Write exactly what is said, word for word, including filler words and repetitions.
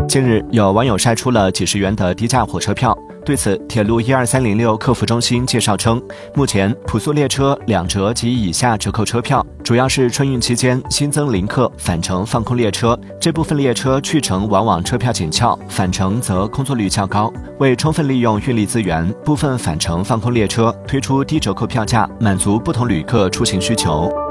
近日，有网友晒出了几十元的低价火车票。对此，铁路一二三零六客服中心介绍称，目前普速列车两折及以下折扣车票，主要是春运期间新增临客返程放空列车，这部分列车去程往往车票紧俏，返程则空座率较高。为充分利用运力资源，部分返程放空列车推出低折扣票价，满足不同旅客出行需求。